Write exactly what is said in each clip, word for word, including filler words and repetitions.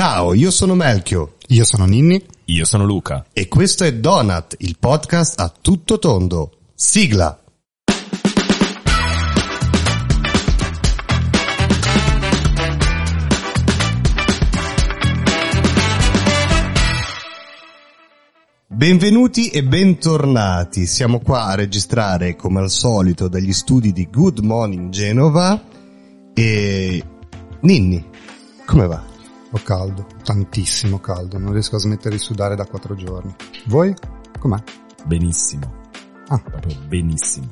Ciao, io sono Melchio. Io sono Ninni. Io sono Luca. E questo è Donut, il podcast a tutto tondo. Sigla! Benvenuti e bentornati. Siamo qua a registrare come al solito dagli studi di Good Morning Genova. E Ninni, come va? Ho caldo, tantissimo caldo, non riesco a smettere di sudare da quattro giorni. Voi? Com'è? Benissimo. Ah. Proprio benissimo.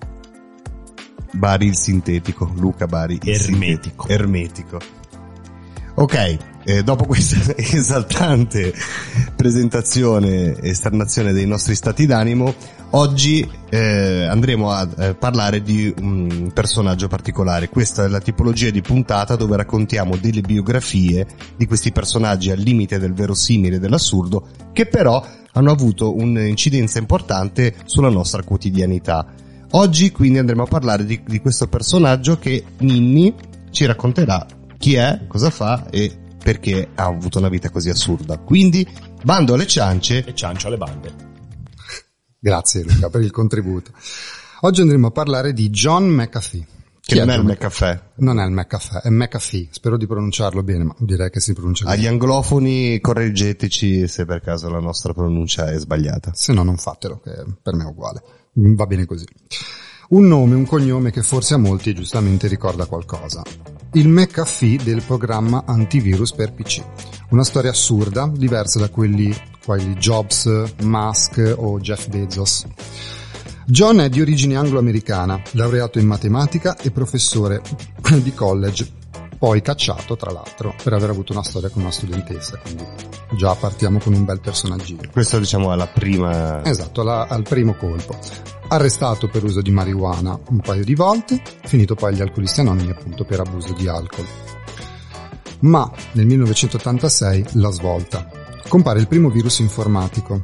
Bari il sintetico, Luca Bari il Ermetico. Sintetico. Ermetico. Ok, eh, dopo questa esaltante presentazione e esternazione dei nostri stati d'animo, oggi eh, andremo a eh, parlare di un personaggio particolare. Questa è la tipologia di puntata dove raccontiamo delle biografie di questi personaggi al limite del verosimile e dell'assurdo, che però hanno avuto un'incidenza importante sulla nostra quotidianità. Oggi quindi andremo a parlare di, di questo personaggio che Ninni ci racconterà chi è, cosa fa e perché ha avuto una vita così assurda. Quindi, bando alle ciance e ciancio alle bande. Grazie Luca per il contributo. Oggi andremo a parlare di John McAfee. Che non è il McAfee. Non è il McAfee, è McAfee. Spero di pronunciarlo bene, ma direi che si pronuncia bene. Agli anglofoni correggeteci se per caso la nostra pronuncia è sbagliata. Se no non fatelo, che per me è uguale. Va bene così. Un nome, un cognome che forse a molti giustamente ricorda qualcosa. Il McAfee del programma antivirus per P C. Una storia assurda, diversa da quelli quali Jobs, Musk o Jeff Bezos. John è di origine anglo-americana, laureato in matematica e professore di college, poi cacciato tra l'altro per aver avuto una storia con una studentessa, quindi già partiamo con un bel personaggino. Questo diciamo alla prima... Esatto, alla, al primo colpo. Arrestato per uso di marijuana un paio di volte, finito poi agli alcolisti anonimi appunto per abuso di alcol. Ma nel millenovecentottantasei la svolta. Compare il primo virus informatico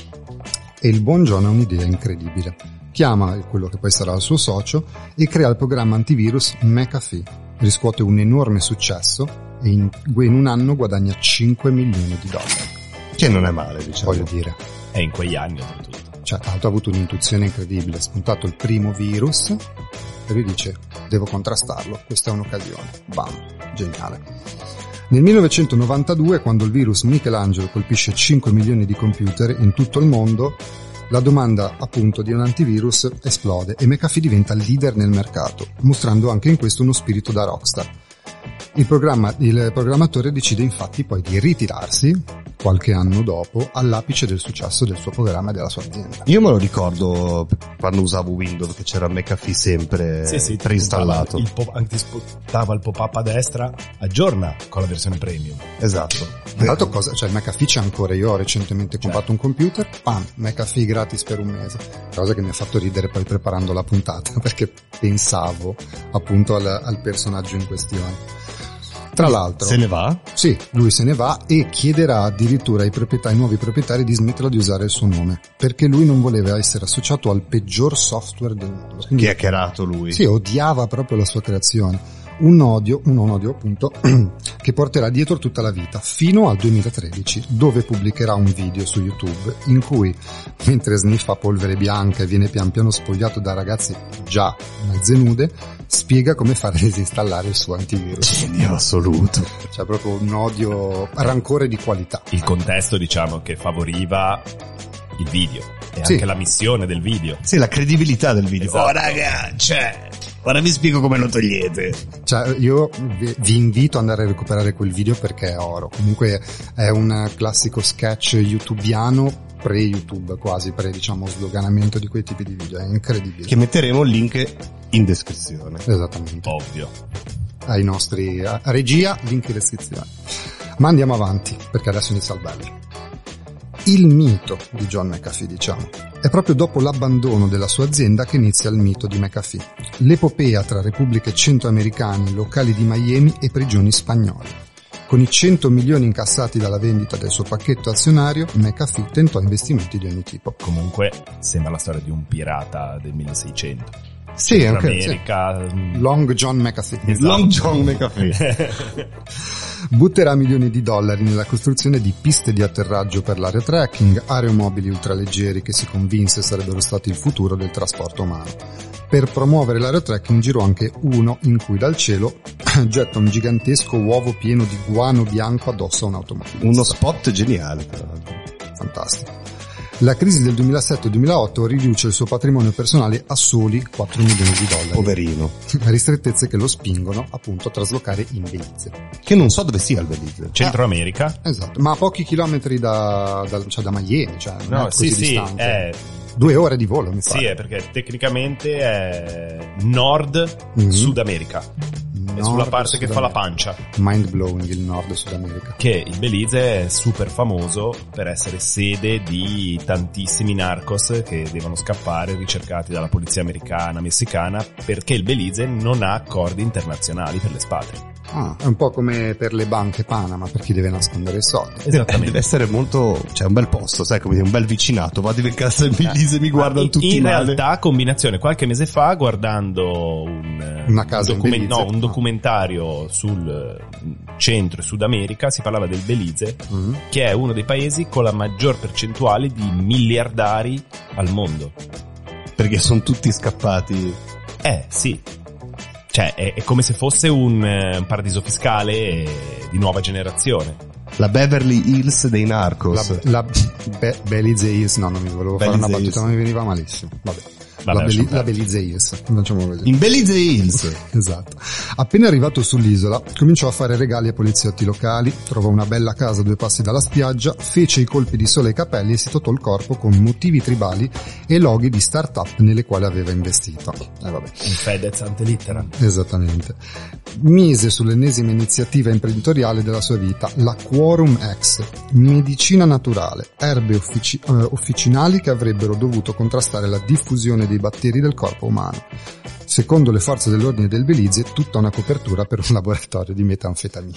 e il buon John ha un'idea incredibile. Chiama quello che poi sarà il suo socio e crea il programma antivirus McAfee. Riscuote un enorme successo e in, in un anno guadagna cinque milioni di dollari. Che non è male, diciamo. Voglio dire. E in quegli anni oltretutto. Cioè, ha avuto un'intuizione incredibile, ha spuntato il primo virus e lui dice, devo contrastarlo, questa è un'occasione. Bam, geniale. Nel millenovecentonovantadue, quando il virus Michelangelo colpisce cinque milioni di computer in tutto il mondo, la domanda appunto di un antivirus esplode e McAfee diventa leader nel mercato, mostrando anche in questo uno spirito da rockstar. Il, programma, il programmatore decide infatti poi di ritirarsi qualche anno dopo all'apice del successo del suo programma e della sua azienda. Io me lo ricordo quando usavo Windows che c'era McAfee sempre sì, sì, preinstallato. Il pop, anche spuntava il pop-up a destra, aggiorna con la versione premium. Esatto. Tra l'altro cosa, cioè il McAfee c'è ancora, io ho recentemente comprato un computer, pam, McAfee gratis per un mese, cosa che mi ha fatto ridere poi preparando la puntata perché pensavo appunto al, al personaggio in questione. Tra l'altro se ne va? Sì, lui se ne va e chiederà addirittura ai proprietari, ai nuovi proprietari di smetterla di usare il suo nome, perché lui non voleva essere associato al peggior software del mondo. Quindi, che ha creato lui. Sì, odiava proprio la sua creazione. Un odio, un odio appunto che porterà dietro tutta la vita fino al duemilatredici, dove pubblicherà un video su YouTube in cui, mentre sniffa polvere bianca e viene pian piano spogliato da ragazze già mezze nude, spiega come fare disinstallare il suo antivirus. Genio assoluto. C'è proprio un odio, rancore di qualità. Il contesto, diciamo, che favoriva il video e Sì. anche la missione del video. Sì, la credibilità del video. Esatto. Oh raga, cioè, ora vi spiego come lo togliete. Cioè, io vi vi invito ad andare a recuperare quel video perché è oro. Comunque è un classico sketch youtubiano pre-YouTube, quasi pre, diciamo, sloganamento di quei tipi di video. È incredibile. Che metteremo il link in descrizione. Esattamente. Ovvio. Ai nostri a regia, link in descrizione. Ma andiamo avanti, perché adesso inizia il bello. Il mito di John McAfee, diciamo. È proprio dopo l'abbandono della sua azienda che inizia il mito di McAfee. L'epopea tra repubbliche centroamericane, locali di Miami e prigioni spagnole. Con i cento milioni incassati dalla vendita del suo pacchetto azionario, McAfee tentò investimenti di ogni tipo. Comunque sembra la storia di un pirata del milleseicento. Sì, anche America. Sì. Long John McAfee. Esatto. Long John McAfee. Butterà milioni di dollari nella costruzione di piste di atterraggio per l'aerotracking, aeromobili ultraleggeri che si convinse sarebbero stati il futuro del trasporto umano. Per promuovere l'aerotracking girò anche uno in cui dal cielo getta un gigantesco uovo pieno di guano bianco addosso a un'automobile. Uno spot geniale, tra l'altro. Fantastico. La crisi del duemilasette duemilaotto riduce il suo patrimonio personale a soli quattro milioni di dollari. Poverino. Ristrettezze che lo spingono appunto a traslocare in Belize. Che non so dove sia il Belize. Centro America. Esatto, ma a pochi chilometri da, da, cioè da Miami, cioè non No, è così sì, sì, distante. è... Due ore di volo, mi Sì, pare. è perché tecnicamente è Nord Mhm. Sud America. È sulla Nord parte che Sud fa la America. pancia. Mind blowing il Nord Sud America. Che il Belize è super famoso per essere sede di tantissimi narcos che devono scappare, ricercati dalla polizia americana, messicana, perché il Belize non ha accordi internazionali per le espatri. Ah, è un po' come per le banche Panama, per chi deve nascondere i soldi. Deve Esattamente. essere molto, cioè un bel posto, sai, come dire, un bel vicinato. Vado in casa del Belize e mi guardano in, tutti in male. realtà, combinazione, qualche mese fa, guardando un, Una casa in documen- Belize? no, un Ah. documentario sul eh, centro e Sud America, si parlava del Belize, Mm. che è uno dei paesi con la maggior percentuale di miliardari al mondo. Perché sono tutti scappati. Eh, sì. Cioè, è, è come se fosse un, eh, un paradiso fiscale eh, di nuova generazione. La Beverly Hills dei narcos. La, la Be- Belize Hills, no, non mi volevo Belize fare una battuta, Hills. ma mi veniva malissimo. Vabbè. Vabbè, la, Beli- lasciamo la perdere. Belize Hills, facciamo così. In Belize Hills. Esatto. Appena arrivato sull'isola, cominciò a fare regali ai poliziotti locali, trovò una bella casa a due passi dalla spiaggia, fece i colpi di sole ai capelli e si tatuò il corpo con motivi tribali e loghi di start-up nelle quali aveva investito. Eh vabbè. In Fedez ante litteram. Esattamente. Mise sull'ennesima iniziativa imprenditoriale della sua vita, la Quorum X, medicina naturale, erbe offici- eh, officinali che avrebbero dovuto contrastare la diffusione dei batteri del corpo umano. Secondo le forze dell'ordine del Belize, tutta una copertura per un laboratorio di metanfetamina.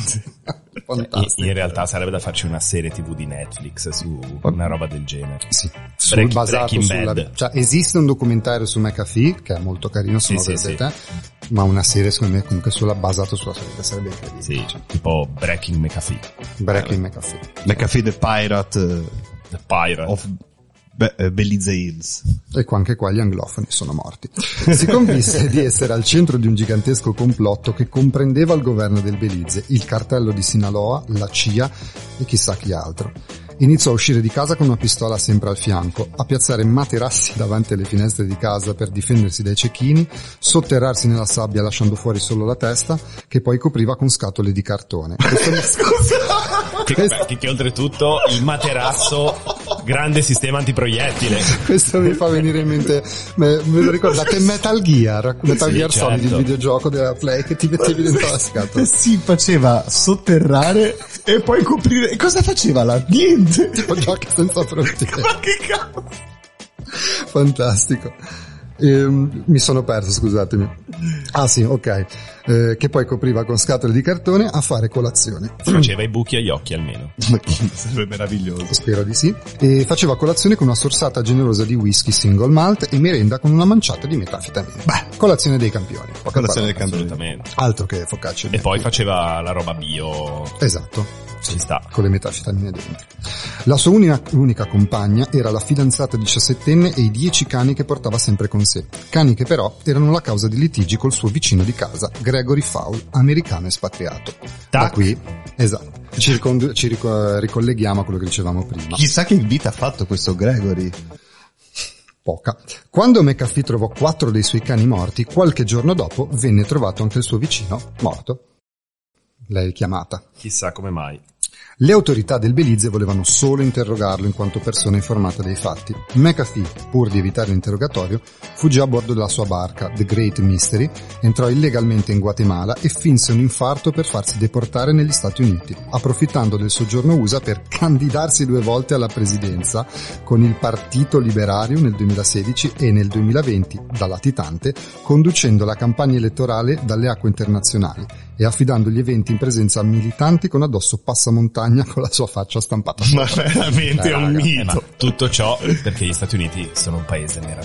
In, Fantastico. in realtà sarebbe da farci una serie tivù di Netflix su una roba del genere. Sì, sul, Break- basato Breaking sulla, Bad. cioè esiste un documentario su McAfee che è molto carino, se Sì, non sì, vedete, ma una serie secondo me comunque sulla, basato sulla sua vita sarebbe incredibile. Sì, tipo Breaking McAfee. Breaking McAfee. McAfee the Pirate eh, The Pirate. of Be- eh, Belize Hills. E qua anche qua gli anglofoni sono morti. Si convinse di essere al centro di un gigantesco complotto che comprendeva il governo del Belize, il cartello di Sinaloa, la C I A e chissà chi altro. Iniziò a uscire di casa con una pistola sempre al fianco, a piazzare materassi davanti alle finestre di casa per difendersi dai cecchini, sotterrarsi nella sabbia lasciando fuori solo la testa, che poi copriva con scatole di cartone. Questo mi- Che, beh, che, che oltretutto il materasso, grande sistema antiproiettile. Questo mi fa venire in mente, me, me lo ricordate Metal Gear, Metal Sì, Gear Solid, certo. il videogioco della Play che ti mettevi dentro la scatola. E si faceva sotterrare e poi coprire. E cosa faceva là? Niente. Tipo giochi senza frontiere. Ma che cazzo? Fantastico. Ehm, mi sono perso, scusatemi. Ah sì, ok. Eh, che poi copriva con scatole di cartone a fare colazione. Faceva i buchi agli occhi almeno. Ma che sarebbe meraviglioso. Spero di sì. E faceva colazione con una sorsata generosa di whisky single malt e merenda con una manciata di metanfetamina. Beh, colazione dei campioni. Poche Colazione parole. del campione. Assolutamente. Altro che focaccia. E poi faceva la roba bio. Esatto. Ci sta. Con le metanfetamine dentro. La sua unica, unica compagna era la fidanzata diciassettenne e i dieci cani che portava sempre con sé. Cani che però erano la causa di litigi col suo vicino di casa, Gregory Fowl, americano espatriato. Da Tac. qui, esatto, ci, ricond- ci rico- ricolleghiamo a quello che dicevamo prima. Chissà che vita ha fatto questo Gregory. Poca. Quando McAfee trovò quattro dei suoi cani morti, qualche giorno dopo venne trovato anche il suo vicino morto. L'hai chiamata. Chissà come mai. Le autorità del Belize volevano solo interrogarlo in quanto persona informata dei fatti. McAfee, pur di evitare l'interrogatorio, fuggì a bordo della sua barca, The Great Mystery, entrò illegalmente in Guatemala e finse un infarto per farsi deportare negli Stati Uniti, approfittando del soggiorno U S A per candidarsi due volte alla presidenza con il Partito Liberario nel duemilasedici e nel duemilaventi, da latitante, conducendo la campagna elettorale dalle acque internazionali e affidando gli eventi in presenza a militanti con addosso passamontagna con la sua faccia stampata Ma sopra. veramente Eh, è un raga, Eh, ma mito. tutto ciò perché gli Stati Uniti sono un paese meraviglioso.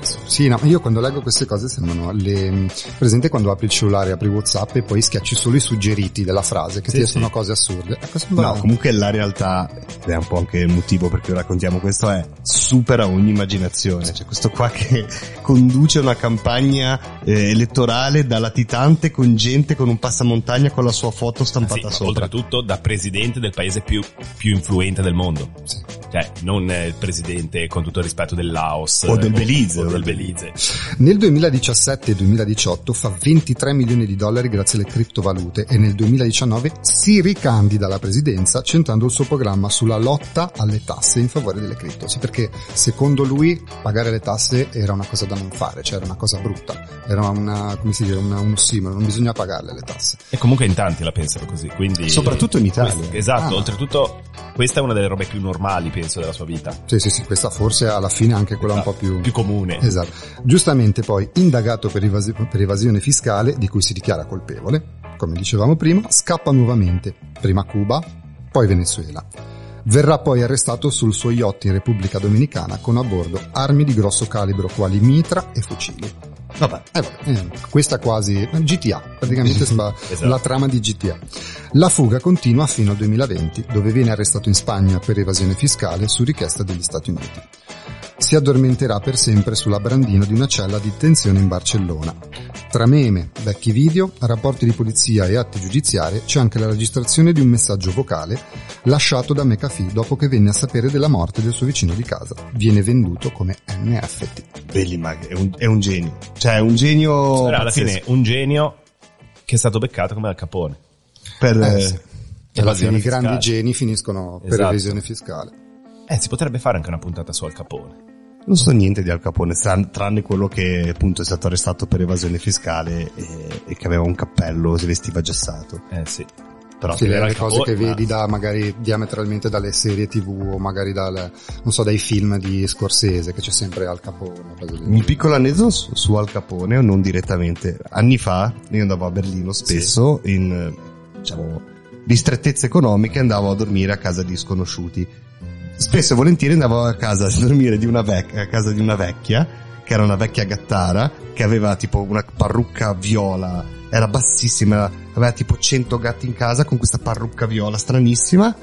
assurdo. Sì, no, io quando leggo queste cose sembrano le... presente quando apri il cellulare, apri WhatsApp e poi schiacci solo i suggeriti della frase, che Sì, ti escono sì. cose assurde. Ecco, sembra- No, comunque la realtà, ed è un po' anche il motivo per cui raccontiamo questo, è supera ogni immaginazione. C'è questo qua che conduce una campagna eh, elettorale da latitante con gente con un passamontagna con la sua foto stampata Sì, ma sopra. oltretutto da presidente del paese più, più influente del mondo. Sì. Cioè, non eh, il presidente, con tutto il rispetto, del Laos. O del eh, Belize. O, o del Belize. Nel duemiladiciassette e duemiladiciotto fa ventitré milioni di dollari grazie alle criptovalute e nel duemiladiciannove si ricandida alla presidenza centrando il suo programma sulla lotta alle tasse in favore delle cripto. Sì, perché secondo lui pagare le tasse era una cosa da non fare, cioè era una cosa brutta, era una, come si dice, una, un ossimoro, non bisogna pagarle le tasse. E comunque in tanti la pensano così, quindi... Soprattutto in Italia. Questo- esatto, Ah. oltretutto questa è una delle robe più normali, penso, della sua vita. Sì, sì, sì, questa forse alla fine è anche quella un po' più... Più comune. Esatto. Giustamente poi indagato per, evasi- per evasione fiscale, di cui si dichiara colpevole, come dicevamo prima, scappa nuovamente, prima Cuba, poi Venezuela. Verrà poi arrestato sul suo yacht in Repubblica Dominicana con a bordo armi di grosso calibro quali mitra e fucili. Vabbè. Eh, vabbè, eh, questa è quasi G T A, praticamente sembra Esatto. la trama di G T A. La fuga continua fino al duemilaventi, dove viene arrestato in Spagna per evasione fiscale su richiesta degli Stati Uniti. Si addormenterà per sempre sulla brandina di una cella di detenzione in Barcellona. Tra meme, vecchi video, rapporti di polizia e atti giudiziari c'è anche la registrazione di un messaggio vocale lasciato da McAfee dopo che venne a sapere della morte del suo vicino di casa. Viene venduto come N F T. Belli, ma è un, è un genio. Cioè, è un genio Però alla pazzesco. fine un genio che è stato beccato come Al Capone. per... Eh, sì. E alla fine Evasione i grandi fiscale. geni finiscono per Esatto. evasione fiscale. Eh, si potrebbe fare anche una puntata su Al Capone. Non so niente di Al Capone, tran- tranne quello che appunto è stato arrestato per evasione fiscale e, e che aveva un cappello, si vestiva gessato. Eh sì. Però Sì, le, era le il cose Capone, che ma- vedi da magari diametralmente dalle serie tivù o magari dal, non so, dai film di Scorsese, che c'è sempre Al Capone. cose del un genere. piccolo aneddoto su, su Al Capone, o non direttamente. Anni fa io andavo a Berlino spesso in, eh, diciamo, ristrettezze economiche, andavo a dormire a casa di sconosciuti. Spesso e volentieri andavo a casa a dormire di una vec- a casa di una vecchia, che era una vecchia gattara, che aveva tipo una parrucca viola, era bassissima, aveva tipo cento gatti in casa con questa parrucca viola stranissima,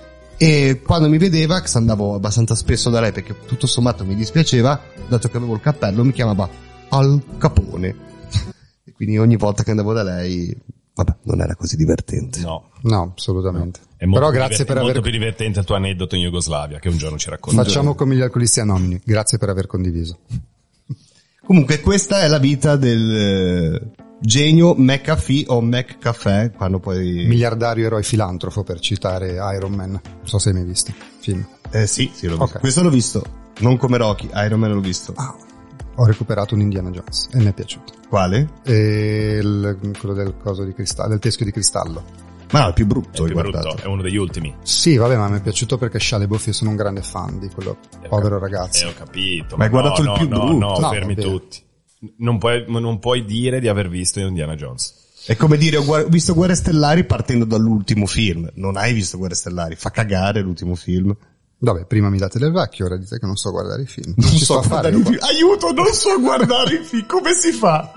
e quando mi vedeva, che andavo abbastanza spesso da lei perché tutto sommato mi dispiaceva, dato che avevo il cappello, mi chiamava Al Capone. E quindi ogni volta che andavo da lei, vabbè, non era così divertente. No. No, assolutamente. È molto, Però più grazie divert- per molto aver... più divertente il tuo aneddoto in Jugoslavia che un giorno ci racconti. Facciamo come gli alcolisti anonimi. Grazie per aver condiviso. Comunque questa è la vita del eh, genio McAfee o McCaffè, quando poi... Miliardario eroe filantropo, per citare Iron Man. Non so se hai mai visto film. Eh sì, sì, l'ho visto. Ok. Questo l'ho visto, non come Rocky, Iron Man l'ho visto. Ah, ho recuperato un Indiana Jones e mi è piaciuto. Quale? E il, quello del coso di cristallo, del teschio di cristallo. Ma no, il più È brutto, più hai brutto, guardato. è uno degli ultimi. Sì, vabbè, ma mi è piaciuto perché Shia LaBeouf, io sono un grande fan di quello Eh, povero ho- ragazzo. Eh, ho capito. Ma hai guardato no, il più no, brutto? No, No, fermi vabbè. tutti. Non puoi, non puoi dire di aver visto Indiana Jones. È come dire, ho guar- visto Guerre Stellari partendo dall'ultimo film. Non hai visto Guerre Stellari, fa cagare l'ultimo film. Vabbè, prima mi date del vecchio, ora dite che non so guardare i film. Non ci so sto a fare. guardare i film. Aiuto, non so guardare i film, come si fa?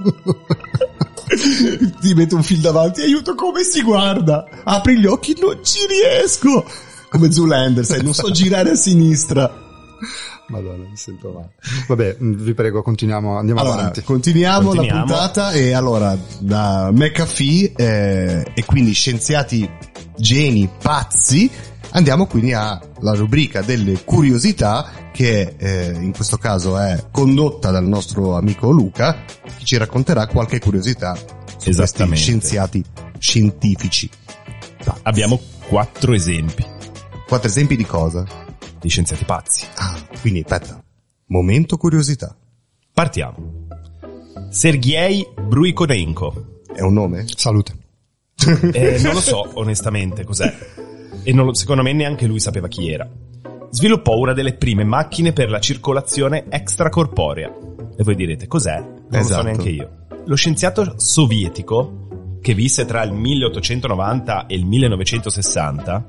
Ti metto un film davanti, aiuto, come si guarda? Apri gli occhi, non ci riesco. Come Zoolander, sai, non so girare a sinistra. Madonna, mi sento male. Vabbè, vi prego, continuiamo, andiamo Allora, avanti. continuiamo, Continuiamo. la puntata e allora da McAfee eh, e quindi scienziati geni pazzi andiamo quindi alla rubrica delle curiosità che eh, in questo caso è condotta dal nostro amico Luca, che ci racconterà qualche curiosità su questi Esattamente. scienziati scientifici. Abbiamo quattro esempi Quattro esempi di cosa? di scienziati pazzi. Ah, quindi aspetta, momento curiosità. Partiamo. Sergei Bruikonenko. È un nome? Salute. Eh, non lo so onestamente cos'è. E non lo- secondo me neanche lui sapeva chi era. Sviluppò una delle prime macchine per la circolazione extracorporea. E voi direte, cos'è? Non lo Esatto. so neanche io. Lo scienziato sovietico, che visse tra il milleottocentonovanta e il millenovecentosessanta,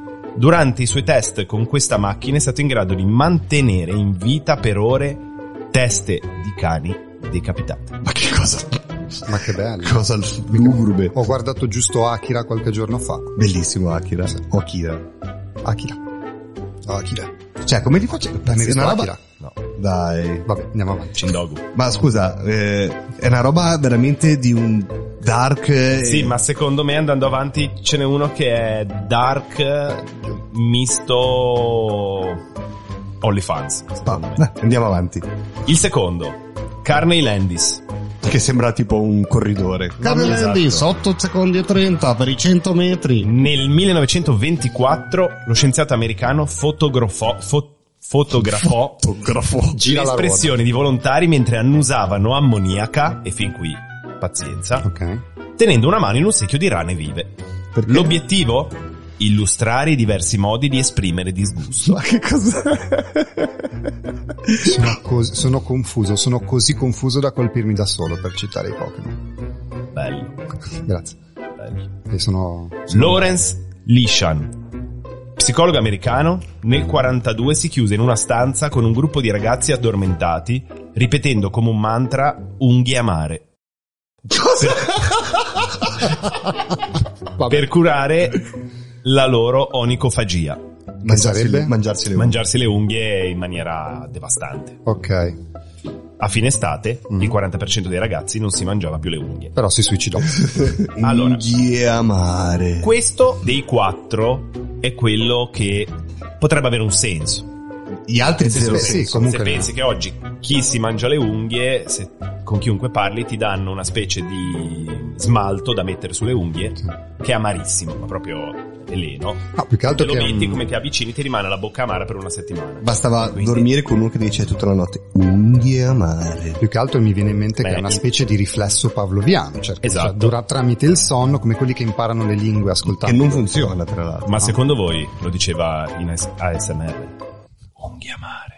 durante i suoi test con questa macchina è stato in grado di mantenere in vita per ore teste di cani decapitate. Ma che cosa? Ma che bello. Cosa lugubre. Ho guardato giusto Akira qualche giorno fa. Bellissimo Akira. O Akira. Akira. Akira. Cioè, come li faccio? L'hai mai visto È una roba- Akira? No, Dai. Vabbè, andiamo avanti. Shindogu. Ma scusa, eh, è una roba veramente di un dark... eh, Sì, ma secondo me andando avanti ce n'è uno che è dark misto OnlyFans. secondo me. eh, Andiamo avanti. Il secondo, Carney Landis. Che sembra tipo un corridore. Carney Landis, otto secondi e trenta per i cento metri. Nel millenovecentoventiquattro lo scienziato americano fotografò, fo- fotografò Fotografo. Gira la l'espressione di volontari mentre annusavano ammoniaca, e fin qui pazienza, Ok. tenendo una mano in un secchio di rane vive. Perché? L'obiettivo? Illustrare i diversi modi di esprimere disgusto. Ma che cosa? Sono, cos- sono confuso, sono così confuso da colpirmi da solo, per citare i Pokémon. Bello, Grazie. bello. E sono, sono Lawrence Lishan, psicologo americano, nel quarantadue si chiuse in una stanza con un gruppo di ragazzi addormentati, ripetendo come un mantra unghie amare. Vabbè, Per curare la loro onicofagia, Mangiarsi sarebbe? le, mangiarsi le unghie. mangiarsi le unghie in maniera devastante. ok. A fine estate Mm. il quaranta per cento dei ragazzi non si mangiava più le unghie. Però si suicidò. Allora. Unghie amare. Questo dei quattro è quello che potrebbe avere un senso. Gli altri zero Beh, sì, senso. comunque Se no. pensi che oggi chi si mangia le unghie, se con chiunque parli ti danno una specie di smalto da mettere sulle unghie che è amarissimo, ma proprio veleno. No, più che Te altro lo che è metti, un- come ti avvicini ti rimane la bocca amara per una settimana. Bastava Quindi- dormire con uno che dice tutta la notte unghie amare. più che altro mi viene in mente che Beh, è una in- specie di riflesso pavloviano, cioè, Esatto. cioè, dura tramite il sonno, come quelli che imparano le lingue Che ascoltando. non funziona tra l'altro. Ma secondo voi, lo diceva in A S M R, unghie amare.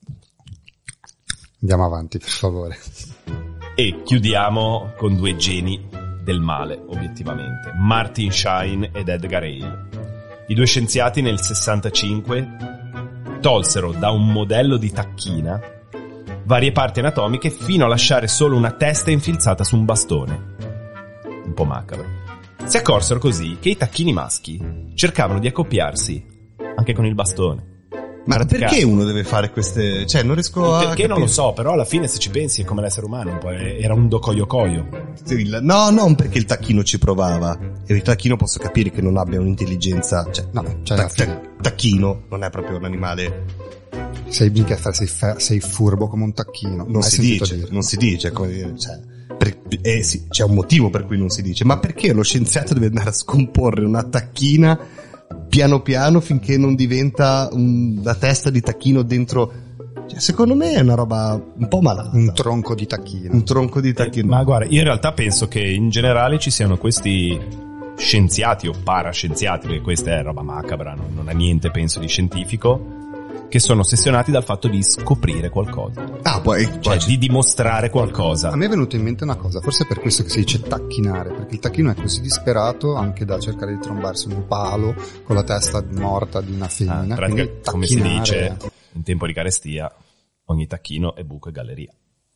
Andiamo avanti, per favore. E chiudiamo con due geni del male, obiettivamente, Martin Shine ed Edgar Hale. I due scienziati nel sessantacinque tolsero da un modello di tacchina varie parti anatomiche fino a lasciare solo una testa infilzata su un bastone. Un po' macabro. Si accorsero così che i tacchini maschi cercavano di accoppiarsi anche con il bastone. Ma Praticare. perché uno deve fare queste... Cioè, non riesco a... Perché non lo capire. so, però alla fine se ci pensi è come l'essere umano, un po' era un docoio-coio. Il- No, non perché il tacchino ci provava. E il tacchino posso capire che non abbia un'intelligenza. Cioè, No, cioè, alla tac- fine- tac- tacchino non è proprio un animale. Sei, mica, sei, fe- sei furbo come un tacchino. Non Hai si sentito dice, dire? non si dice. Come dire, cioè, per- eh sì, c'è un motivo per cui non si dice. Ma perché lo scienziato deve andare a scomporre una tacchina piano piano finché non diventa una testa di tacchino dentro? Cioè, secondo me è una roba un po' malata. Un tronco di tacchino. Un tronco di tacchino. Ma guarda, io in realtà penso che in generale ci siano questi scienziati o parascienziati, perché questa è roba macabra, non, non ha niente penso di scientifico, che sono ossessionati dal fatto di scoprire qualcosa, Ah, poi, cioè poi di dimostrare A qualcosa. me è venuto in mente una cosa, forse è per questo che si dice tacchinare, perché il tacchino è così disperato anche da cercare di trombarsi un palo con la testa morta di una Ah, femmina. in pratica, quindi come si tacchinare- dice in tempo di carestia, ogni tacchino è buco e galleria.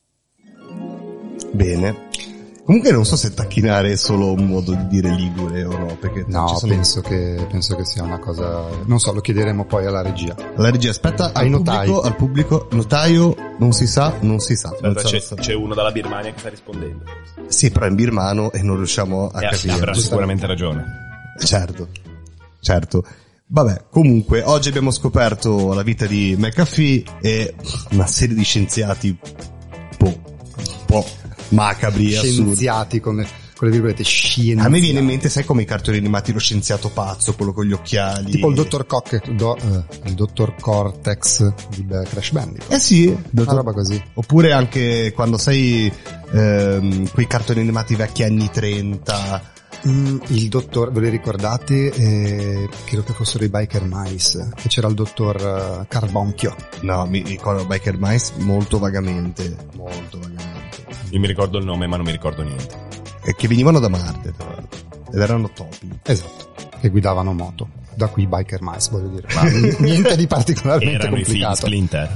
bene. Comunque non so se tacchinare è solo un modo di dire ligure o no, perché No, ci sono... penso che, penso che sia una cosa... Non so, lo chiederemo poi alla regia. La regia, aspetta, Ai al notai. pubblico, al pubblico, notaio, non si sa, non si sa. Non Aspetta, sa- c'è, c'è uno dalla Birmania che sta rispondendo. Sì, però è in birmano e non riusciamo a E capire. avrà sicuramente ragione. Certo, certo. Vabbè, comunque, oggi abbiamo scoperto la vita di McAfee e una serie di scienziati un po', un po' macabri e assurdi. Scienziati con le, con le virgolette scienziati. A me viene in mente, sai come i cartoni animati, lo scienziato pazzo, quello con gli occhiali. Tipo il dottor Cock, do, eh, il dottor Cortex di Beh, Crash Bandicoot. Eh sì, Una dottor... roba così. Oppure anche quando sei ehm, quei cartoni animati vecchi anni trenta. Mm, il dottor, ve le ricordate? Eh, credo che fossero i Biker Mice, che c'era il dottor eh, Carbonchio. No, mi ricordo Biker Mice molto vagamente, molto vagamente. Io mi ricordo il nome ma non mi ricordo niente. E che venivano da Marte, tra l'altro. Ed erano topi. Esatto, che guidavano moto. Da qui i Biker Mice, voglio dire. Ma niente di particolarmente Erano i figli complicato. Splinter.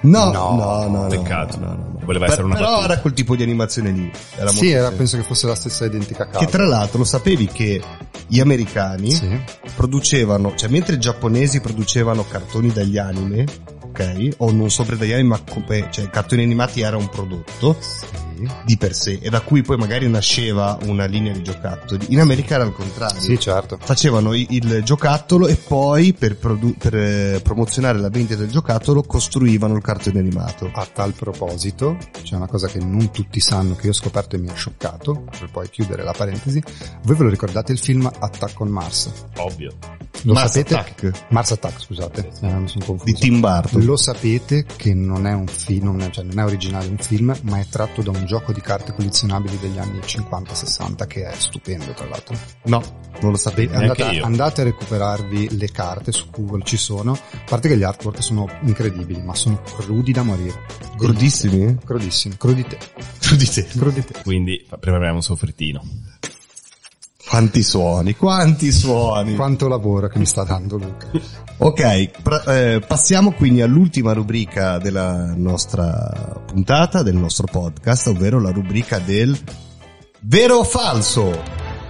No, No, no, no, no. Peccato. No, no, no. Voleva Per- essere una però battuta. era quel tipo di animazione lì. Era Sì, molto era, semplice. penso che fosse la stessa identica casa. Che tra l'altro lo sapevi che gli americani Sì. producevano, cioè mentre i giapponesi producevano cartoni dagli anime, ok? O non sopra dagli anime, ma come, cioè cartoni animati era un prodotto Sì. di per sé e da cui poi magari nasceva una linea di giocattoli. In America era al contrario. Sì, certo. Facevano i- il giocattolo e poi per, produ- per eh, promozionare la vendita del giocattolo costruivano il cartone animato. A tal proposito, c'è una cosa che non tutti sanno, che io ho scoperto e mi ha scioccato, per poi chiudere la parentesi. Voi ve lo ricordate il film Attack on Mars? Ovvio. Lo Mars sapete? Attack Mars Attack, scusate, eh, mi sono confuso. di Tim Burton. Lo sapete che non è un film, non è, cioè non è originale un film, ma è tratto da un gioco di carte collezionabili degli anni cinquanta sessanta che è stupendo, tra l'altro. No, non lo sapevi. Neanche Andate, io. andate a recuperarvi le carte, su Google ci sono, a parte che gli artwork sono incredibili, ma sono crudi da morire. Crudissimi? Crudissimi, crudite. Crudite. Crudite. Quindi prepariamo un soffrittino. Quanti suoni, quanti suoni. Quanto lavoro che mi sta dando Luca. Ok, pra- eh, passiamo quindi all'ultima rubrica della nostra puntata, del nostro podcast, ovvero la rubrica del vero o falso.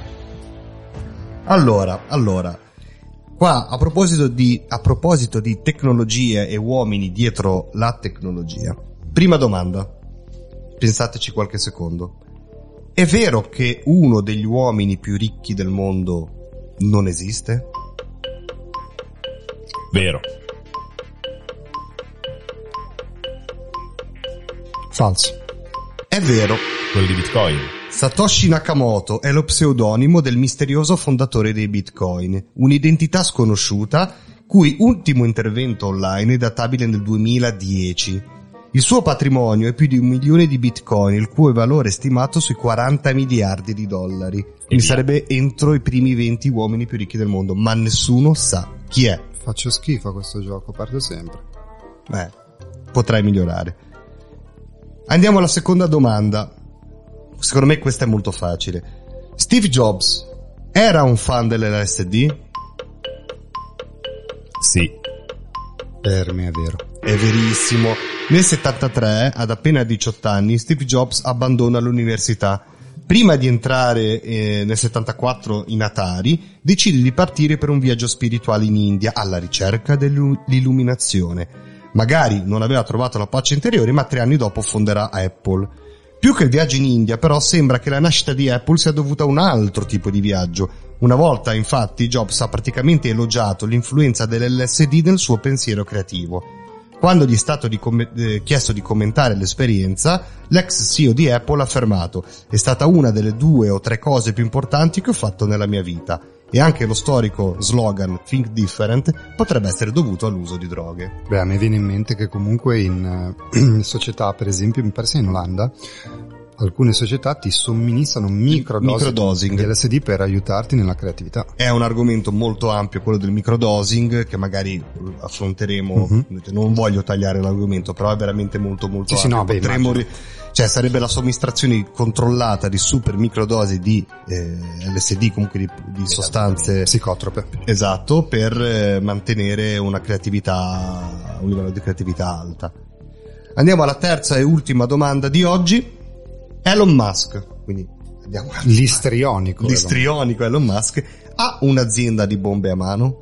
Allora, allora, qua a proposito di, a proposito di tecnologie e uomini dietro la tecnologia, prima domanda, pensateci qualche secondo. È vero che uno degli uomini più ricchi del mondo non esiste? Vero. Falso. È vero. Quello di Bitcoin. Satoshi Nakamoto è lo pseudonimo del misterioso fondatore dei Bitcoin, un'identità sconosciuta cui ultimo intervento online è databile nel duemiladieci. Il suo patrimonio è più di un milione di Bitcoin, il cui valore è stimato sui quaranta miliardi di dollari. Quindi via. sarebbe entro i primi venti uomini più ricchi del mondo, ma nessuno sa chi è. Faccio schifo a questo gioco, parte sempre. Eh, potrai migliorare. Andiamo alla seconda domanda. Secondo me questa è molto facile. Steve Jobs era un fan dell'L S D? Sì. Per me è vero. È verissimo. Nel settantatré, ad appena diciotto anni, Steve Jobs abbandona l'università. Prima di entrare eh, nel settantaquattro in Atari, decide di partire per un viaggio spirituale in India alla ricerca dell'illuminazione. Magari non aveva trovato la pace interiore, ma tre anni dopo fonderà Apple. Più che il viaggio in India, però, sembra che la nascita di Apple sia dovuta a un altro tipo di viaggio. Una volta, infatti, Jobs ha praticamente elogiato l'influenza dell'L S D nel suo pensiero creativo. Quando gli è stato di com- eh, chiesto di commentare l'esperienza, l'ex C E O di Apple ha affermato: è stata una delle due o tre cose più importanti che ho fatto nella mia vita. E anche lo storico slogan Think Different potrebbe essere dovuto all'uso di droghe. Beh, a me viene in mente che comunque in, eh, in società, per esempio, mi pare sia in Olanda, alcune società ti somministrano microdosing, Microdosing. di L S D per aiutarti nella creatività. È un argomento molto ampio quello del microdosing che magari affronteremo. Mhm. Non voglio tagliare l'argomento, però è veramente molto molto Sì, sì, ampio. no, beh, Potremmo immagino. ri- cioè sarebbe la somministrazione controllata di super microdosi di eh, L S D, comunque di, di sostanze. Psicotrope. Esatto, per eh, mantenere una creatività, un livello di creatività alta. Andiamo alla terza e ultima domanda di oggi. Elon Musk, quindi andiamo a L'istrionico. l'istrionico Elon Musk, ha un'azienda di bombe a mano?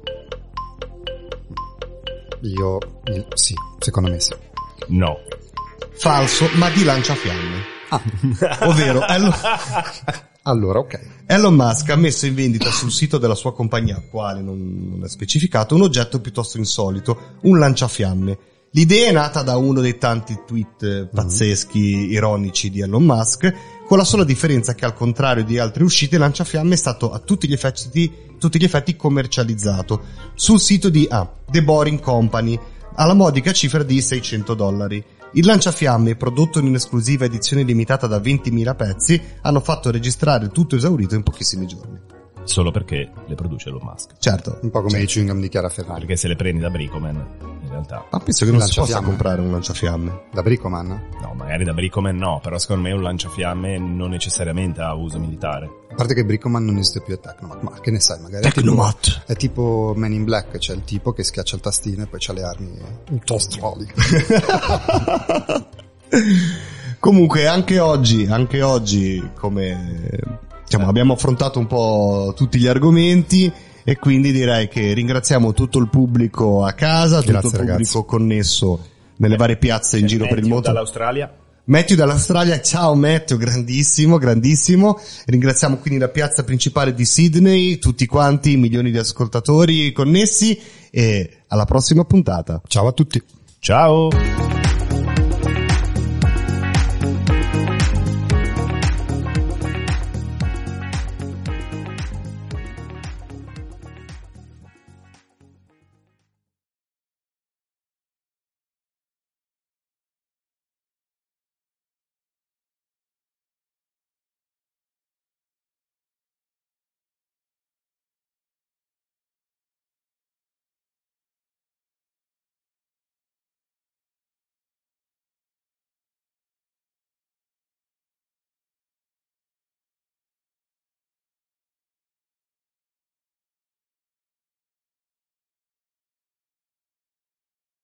Io, io- sì, secondo me sì. No. Falso, ma di lanciafiamme. Ah, Ovvero Elon, allora ok. Elon Musk ha messo in vendita sul sito della sua compagnia, quale non, non è specificato, un oggetto piuttosto insolito, un lanciafiamme. L'idea è nata da uno dei tanti tweet eh, pazzeschi, ironici di Elon Musk, con la sola differenza che al contrario di altre uscite, il lanciafiamme è stato a tutti gli effetti, tutti gli effetti commercializzato sul sito di ah, The Boring Company alla modica cifra di seicento dollari. Il lanciafiamme, prodotto in un'esclusiva edizione limitata da ventimila pezzi, hanno fatto registrare il tutto esaurito in pochissimi giorni. Solo perché le produce Elon Musk. Certo. Un po' come Certo. i chewing gum di Chiara Ferrari. Perché se le prendi da Bricoman, in realtà. Ma penso che non si possa Lanciafiamme. comprare un lanciafiamme. Da Bricoman? No, magari da Bricoman no, però secondo me un lanciafiamme non necessariamente ha uso militare. A parte che Bricoman non esiste più, è Tecnomat, ma che ne sai, magari è tipo, Tecnomat. è tipo Men in Black, c'è il tipo che schiaccia il tastino e poi c'ha le armi tostroli. Comunque anche oggi, anche oggi come diciamo, abbiamo affrontato un po' tutti gli argomenti e quindi direi che ringraziamo tutto il pubblico a casa, tutto Grazie, il pubblico ragazzi. connesso nelle varie piazze in giro per il mondo. Dall'Australia. Matthew dall'Australia, ciao Matthew, grandissimo, grandissimo. Ringraziamo quindi la piazza principale di Sydney, tutti quanti, milioni di ascoltatori connessi e alla prossima puntata. Ciao a tutti. Ciao!